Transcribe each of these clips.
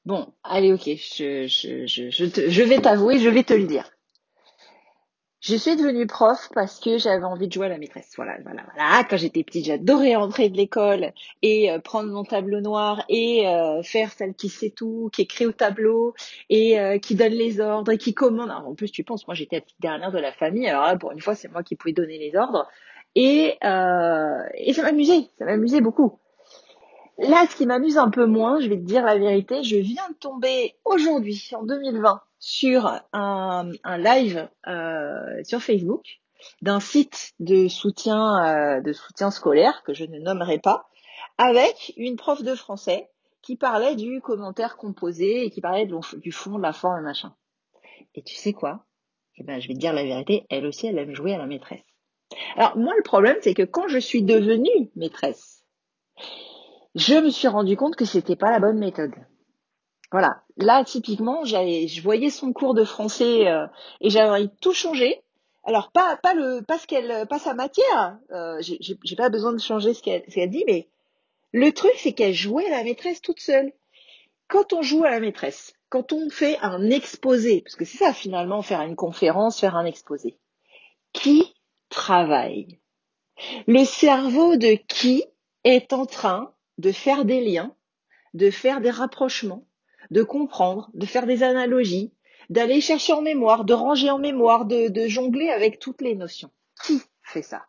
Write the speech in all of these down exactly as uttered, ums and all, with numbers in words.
Bon, allez, ok, je, je, je, je, te- je vais t'avouer, je vais te le dire. Je suis devenue prof parce que j'avais envie de jouer à la maîtresse. Voilà, voilà, voilà. Quand j'étais petite, j'adorais rentrer de l'école et euh, prendre mon tableau noir et euh, faire celle qui sait tout, qui écrit au tableau et euh, qui donne les ordres et qui commande. Alors, en plus, tu penses, moi, j'étais la petite dernière de la famille. Alors là, pour une fois, c'est moi qui pouvais donner les ordres. Et, euh, et ça m'amusait, ça m'amusait beaucoup. Là, ce qui m'amuse un peu moins, je vais te dire la vérité, je viens de tomber aujourd'hui, en deux mille vingt, sur un, un live euh, sur Facebook d'un site de soutien, euh, de soutien scolaire que je ne nommerai pas, avec une prof de français qui parlait du commentaire composé et qui parlait de- du fond, de la forme, machin. Et tu sais quoi? Eh ben, je vais te dire la vérité, elle aussi, elle aime jouer à la maîtresse. Alors moi, le problème, c'est que quand je suis devenue maîtresse, je me suis rendu compte que c'était pas la bonne méthode. Voilà. Là, typiquement, j'avais, je voyais son cours de français euh, et j'avais envie de tout changer. Alors pas pas le pas ce qu'elle pas sa matière. Euh, j'ai j'ai j'ai pas besoin de changer ce qu'elle ce qu'elle dit, mais le truc c'est qu'elle jouait à la maîtresse toute seule. Quand on joue à la maîtresse, quand on fait un exposé, parce que c'est ça finalement faire une conférence, faire un exposé, qui travaille? Le cerveau de qui est en train de faire des liens, de faire des rapprochements, de comprendre, de faire des analogies, d'aller chercher en mémoire, de ranger en mémoire, de, de jongler avec toutes les notions. Qui fait ça?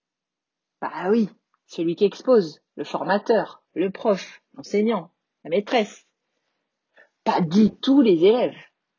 Bah oui, celui qui expose, le formateur, le prof, l'enseignant, la maîtresse, pas du tout les élèves.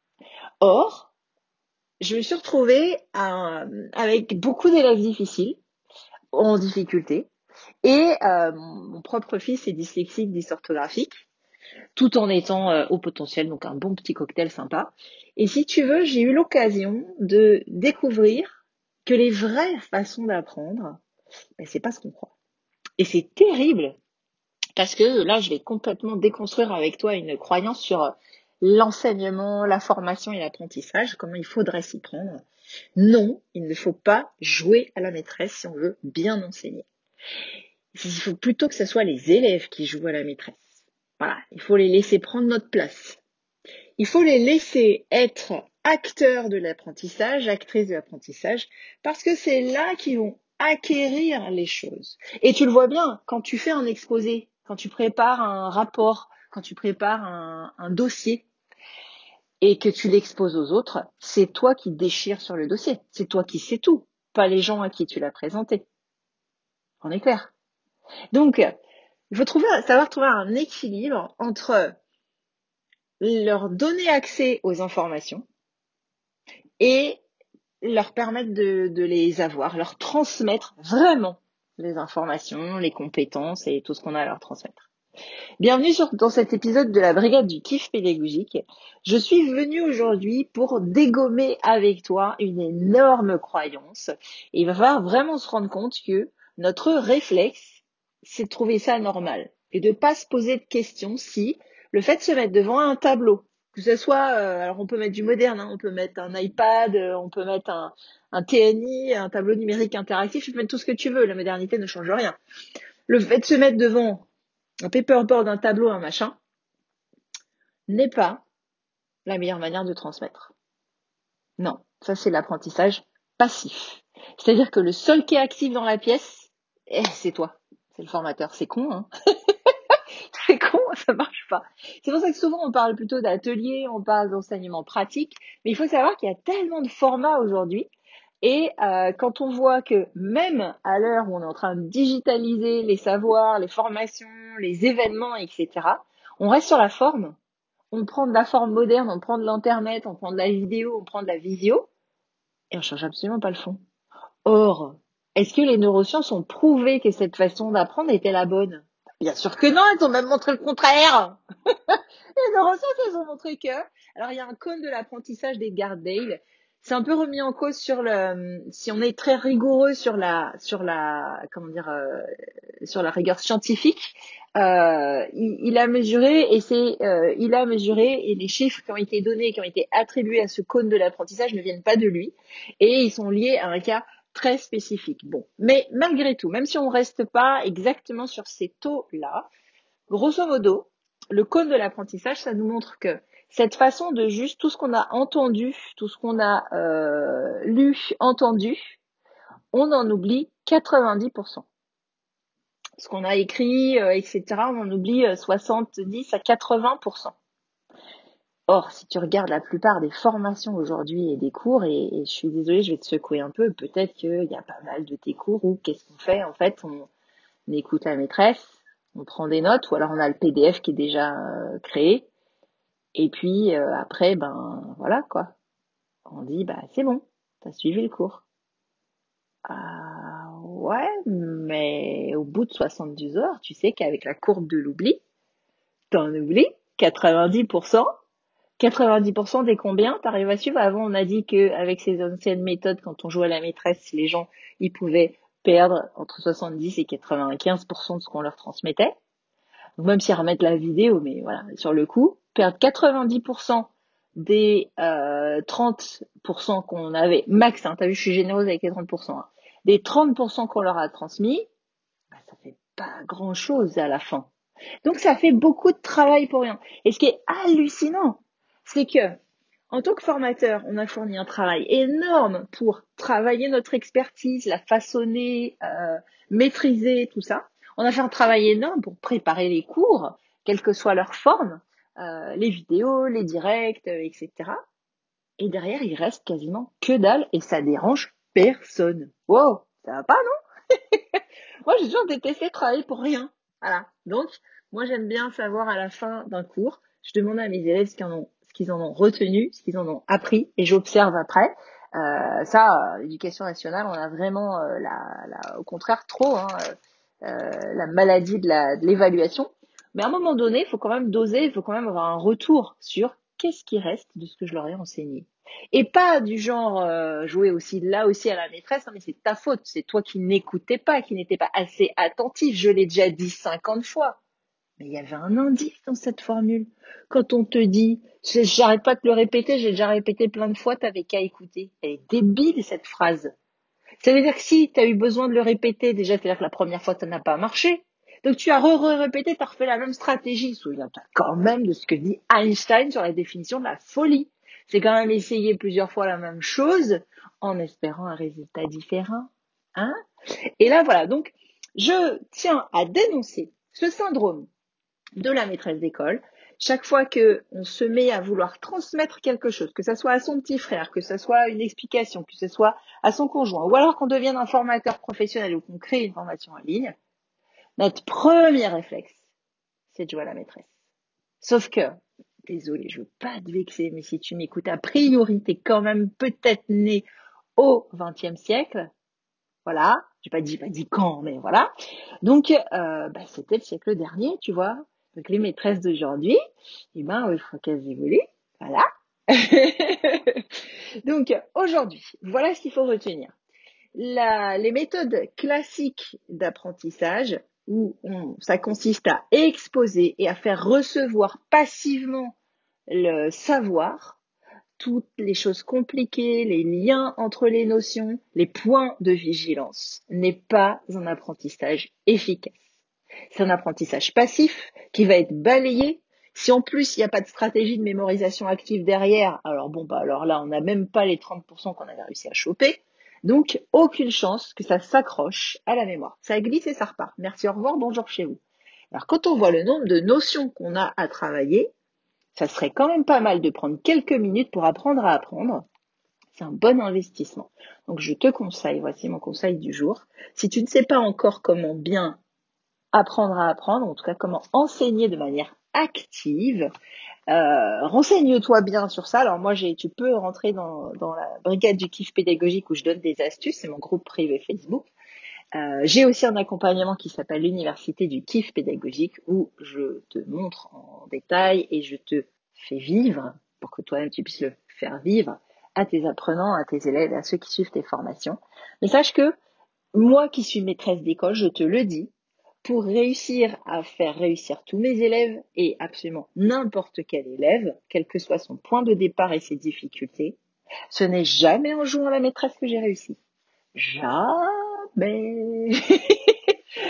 Or, je me suis retrouvée à- avec beaucoup d'élèves difficiles, en difficulté, et euh, mon propre fils est dyslexique, dysorthographique, tout en étant euh, au potentiel, donc un bon petit cocktail sympa. Et si tu veux, j'ai eu l'occasion de découvrir que les vraies façons d'apprendre, ben, c'est pas ce qu'on croit. Et c'est terrible, parce que là, je vais complètement déconstruire avec toi une croyance sur l'enseignement, la formation et l'apprentissage, comment il faudrait s'y prendre. Non, il ne faut pas jouer à la maîtresse si on veut bien enseigner. Il faut plutôt que ce soit les élèves qui jouent à la maîtresse. Voilà, il faut les laisser prendre notre place. Il faut les laisser être acteurs de l'apprentissage, actrices de l'apprentissage, parce que c'est là qu'ils vont acquérir les choses. Et tu le vois bien, quand tu fais un exposé, quand tu prépares un rapport, quand tu prépares un, un dossier et que tu l'exposes aux autres, c'est toi qui déchires sur le dossier. C'est toi qui sais tout, pas les gens à qui tu l'as présenté. On est clair. Donc, il faut trouver, savoir trouver un équilibre entre leur donner accès aux informations et leur permettre de, de les avoir, leur transmettre vraiment les informations, les compétences et tout ce qu'on a à leur transmettre. Bienvenue sur, dans cet épisode de la Brigade du kiff pédagogique. Je suis venue aujourd'hui pour dégommer avec toi une énorme croyance. Et il va falloir vraiment se rendre compte que notre réflexe, c'est de trouver ça normal et de pas se poser de questions si le fait de se mettre devant un tableau, que ce soit, euh, alors on peut mettre du moderne, hein, on peut mettre un iPad, euh, on peut mettre un, un T N I, un tableau numérique interactif, tu peux mettre tout ce que tu veux, la modernité ne change rien. Le fait de se mettre devant un paperboard, un tableau, un machin, n'est pas la meilleure manière de transmettre. Non, ça c'est l'apprentissage passif. C'est-à-dire que le seul qui est actif dans la pièce, eh, c'est toi, c'est le formateur. C'est con, hein. C'est con, ça marche pas. C'est pour ça que souvent on parle plutôt d'atelier, on parle d'enseignement pratique, mais il faut savoir qu'il y a tellement de formats aujourd'hui. Et euh, quand on voit que même à l'heure où on est en train de digitaliser les savoirs, les formations, les événements, et cetera, on reste sur la forme. On prend de la forme moderne, on prend de l'internet, on prend de la vidéo, on prend de la visio, et on change absolument pas le fond. Or, est-ce que les neurosciences ont prouvé que cette façon d'apprendre était la bonne? Bien sûr que non, elles ont même montré le contraire. Les neurosciences, elles ont montré que. Alors, il y a un cône de l'apprentissage d'Edgar Dale. C'est un peu remis en cause sur le, si on est très rigoureux sur la, sur la, comment dire, euh, sur la rigueur scientifique. Euh, il, il a mesuré et c'est, euh, il a mesuré et les chiffres qui ont été donnés, qui ont été attribués à ce cône de l'apprentissage ne viennent pas de lui et ils sont liés à un cas très spécifique. Bon, mais malgré tout, même si on reste pas exactement sur ces taux-là, grosso modo, le cône de l'apprentissage, ça nous montre que cette façon de juste tout ce qu'on a entendu, tout ce qu'on a euh, lu, entendu, on en oublie quatre-vingt-dix pour cent. Ce qu'on a écrit, euh, et cetera, on en oublie euh, soixante-dix à quatre-vingts pour cent. Or, si tu regardes la plupart des formations aujourd'hui et des cours, et, et je suis désolée, je vais te secouer un peu, peut-être qu'il y a pas mal de tes cours où qu'est-ce qu'on fait? En fait, on, on écoute la maîtresse, on prend des notes, ou alors on a le P D F qui est déjà euh, créé, et puis euh, après, ben voilà quoi. On dit, bah c'est bon, t'as suivi le cours. Ah ouais, mais au bout de soixante-douze heures, tu sais qu'avec la courbe de l'oubli, t'en oublies quatre-vingt-dix pour cent. quatre-vingt-dix pour cent des combien t'arrives à suivre? Avant, on a dit que avec ces anciennes méthodes, quand on jouait à la maîtresse, les gens, ils pouvaient perdre entre soixante-dix et quatre-vingt-quinze pour cent de ce qu'on leur transmettait. Donc même s'ils remettent la vidéo, mais voilà, sur le coup, perdre quatre-vingt-dix pour cent des euh, trente pour cent qu'on avait, max, hein, t'as vu, je suis généreuse avec les trente pour cent, hein, des trente pour cent qu'on leur a transmis, bah, ça fait pas grand chose à la fin. Donc ça fait beaucoup de travail pour rien. Et ce qui est hallucinant, c'est que en tant que formateur, on a fourni un travail énorme pour travailler notre expertise, la façonner, euh, maîtriser tout ça. On a fait un travail énorme pour préparer les cours, quelle que soit leur forme, euh, les vidéos, les directs, euh, et cetera. Et derrière, il reste quasiment que dalle et ça dérange personne. Wow, ça va pas, non? Moi, j'ai toujours détesté travailler pour rien. Voilà. Donc, moi, j'aime bien savoir à la fin d'un cours, je demande à mes élèves ce qu'ils en ont, ce qu'ils en ont retenu, ce qu'ils en ont appris, et j'observe après. Euh, ça, euh, l'éducation nationale, on a vraiment, euh, la, la, au contraire, trop, hein, euh, la maladie de la, de l'évaluation. Mais à un moment donné, il faut quand même doser, il faut quand même avoir un retour sur qu'est-ce qui reste de ce que je leur ai enseigné. Et pas du genre euh, jouer aussi là aussi à la maîtresse, hein, mais c'est ta faute, c'est toi qui n'écoutais pas, qui n'étais pas assez attentif. Je l'ai déjà dit cinquante fois. Mais il y avait un indice dans cette formule. Quand on te dit, j'arrête pas de le répéter, j'ai déjà répété plein de fois, t'avais qu'à écouter. Elle est débile cette phrase. Ça veut dire que si tu as eu besoin de le répéter, déjà, c'est-à-dire que la première fois, ça n'a pas marché. Donc tu as re-répété, tu as refait la même stratégie. Souviens-toi quand même de ce que dit Einstein sur la définition de la folie. C'est quand même essayer plusieurs fois la même chose en espérant un résultat différent. Hein? Et là, voilà. Donc, je tiens à dénoncer ce syndrome de la maîtresse d'école. Chaque fois que on se met à vouloir transmettre quelque chose, que ce soit à son petit frère, que ce soit une explication, que ce soit à son conjoint, ou alors qu'on devienne un formateur professionnel ou qu'on crée une formation en ligne, notre premier réflexe, c'est de jouer à la maîtresse. Sauf que, désolé, je veux pas te vexer, mais si tu m'écoutes, a priori, t'es quand même peut-être né au vingtième siècle. Voilà. J'ai pas dit, pas dit quand, mais voilà. Donc, euh, bah, c'était le siècle dernier, tu vois. Donc, les maîtresses d'aujourd'hui, eh ben, il faut qu'elles évoluent. Voilà. Donc, aujourd'hui, voilà ce qu'il faut retenir. La, les méthodes classiques d'apprentissage, où on, ça consiste à exposer et à faire recevoir passivement le savoir, toutes les choses compliquées, les liens entre les notions, les points de vigilance, n'est pas un apprentissage efficace. C'est un apprentissage passif qui va être balayé. Si en plus il n'y a pas de stratégie de mémorisation active derrière, alors bon bah alors là on n'a même pas les trente pour cent qu'on avait réussi à choper. Donc aucune chance que ça s'accroche à la mémoire. Ça glisse et ça repart. Merci, au revoir, bonjour chez vous. Alors quand on voit le nombre de notions qu'on a à travailler, ça serait quand même pas mal de prendre quelques minutes pour apprendre à apprendre. C'est un bon investissement. Donc je te conseille, voici mon conseil du jour. Si tu ne sais pas encore comment bien apprendre à apprendre, en tout cas comment enseigner de manière active, euh, renseigne-toi bien sur ça. Alors moi, j'ai, tu peux rentrer dans, dans la brigade du kiff pédagogique où je donne des astuces, c'est mon groupe privé Facebook. Euh, j'ai aussi un accompagnement qui s'appelle l'Université du kiff pédagogique où je te montre en détail et je te fais vivre pour que toi-même tu puisses le faire vivre à tes apprenants, à tes élèves, à ceux qui suivent tes formations. Mais sache que moi qui suis maîtresse d'école, je te le dis, pour réussir à faire réussir tous mes élèves et absolument n'importe quel élève, quel que soit son point de départ et ses difficultés, ce n'est jamais en jouant à la maîtresse que j'ai réussi. Jamais.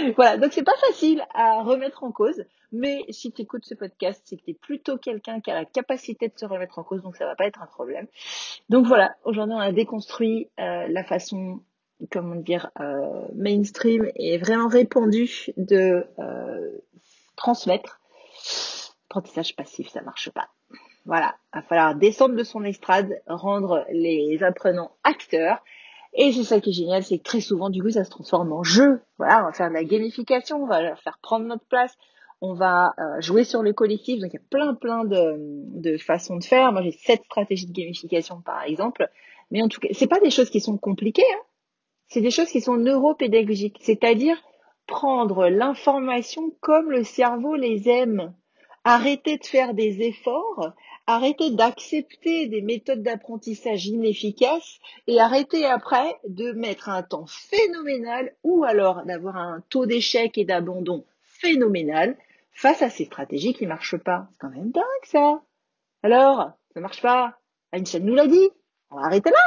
Voilà, donc c'est pas facile à remettre en cause, mais si tu écoutes ce podcast, c'est que tu es plutôt quelqu'un qui a la capacité de se remettre en cause, donc ça va pas être un problème. Donc voilà, aujourd'hui on a déconstruit euh, la façon, comment dire, euh, mainstream et vraiment répandue de euh, transmettre. Apprentissage passif, ça marche pas. Voilà, il va falloir descendre de son estrade, rendre les apprenants acteurs. Et c'est ça qui est génial, c'est que très souvent, du coup, ça se transforme en jeu. Voilà, on va faire de la gamification, on va leur faire prendre notre place, on va euh, jouer sur le collectif. Donc, il y a plein, plein de, de façons de faire. Moi, j'ai sept stratégies de gamification, par exemple. Mais en tout cas, c'est pas des choses qui sont compliquées, hein. C'est des choses qui sont neuropédagogiques, c'est-à-dire prendre l'information comme le cerveau les aime. Arrêter de faire des efforts, arrêter d'accepter des méthodes d'apprentissage inefficaces et arrêter après de mettre un temps phénoménal ou alors d'avoir un taux d'échec et d'abandon phénoménal face à ces stratégies qui marchent pas. C'est quand même dingue ça. Alors, ça marche pas. Einstein nous l'a dit. On va arrêter là.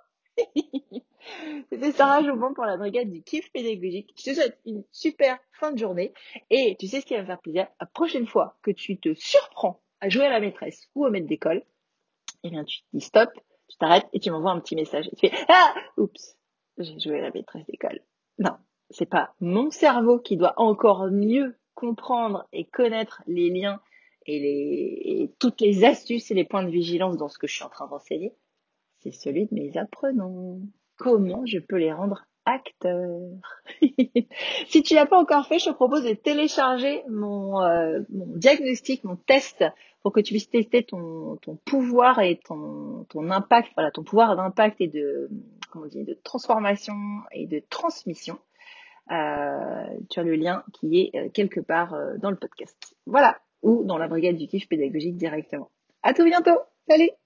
C'était Sarah Joubon pour la brigade du kiff pédagogique. Je te souhaite une super fin de journée. Et tu sais ce qui va me faire plaisir? La prochaine fois que tu te surprends à jouer à la maîtresse ou au maître d'école, eh bien, tu te dis stop, tu t'arrêtes et tu m'envoies un petit message. Et tu fais, ah, oups, j'ai joué à la maîtresse d'école. Non, c'est pas mon cerveau qui doit encore mieux comprendre et connaître les liens et les, et toutes les astuces et les points de vigilance dans ce que je suis en train d'enseigner. C'est celui de mes apprenants. Comment je peux les rendre acteurs? Si tu l'as pas encore fait, je te propose de télécharger mon, euh, mon diagnostic, mon test, pour que tu puisses tester ton, ton pouvoir et ton, ton impact, voilà, ton pouvoir d'impact et de, comment on dit, de transformation et de transmission. Euh, tu as le lien qui est euh, quelque part euh, dans le podcast. Voilà. Ou dans la brigade du kiff pédagogique directement. À tout bientôt. Salut!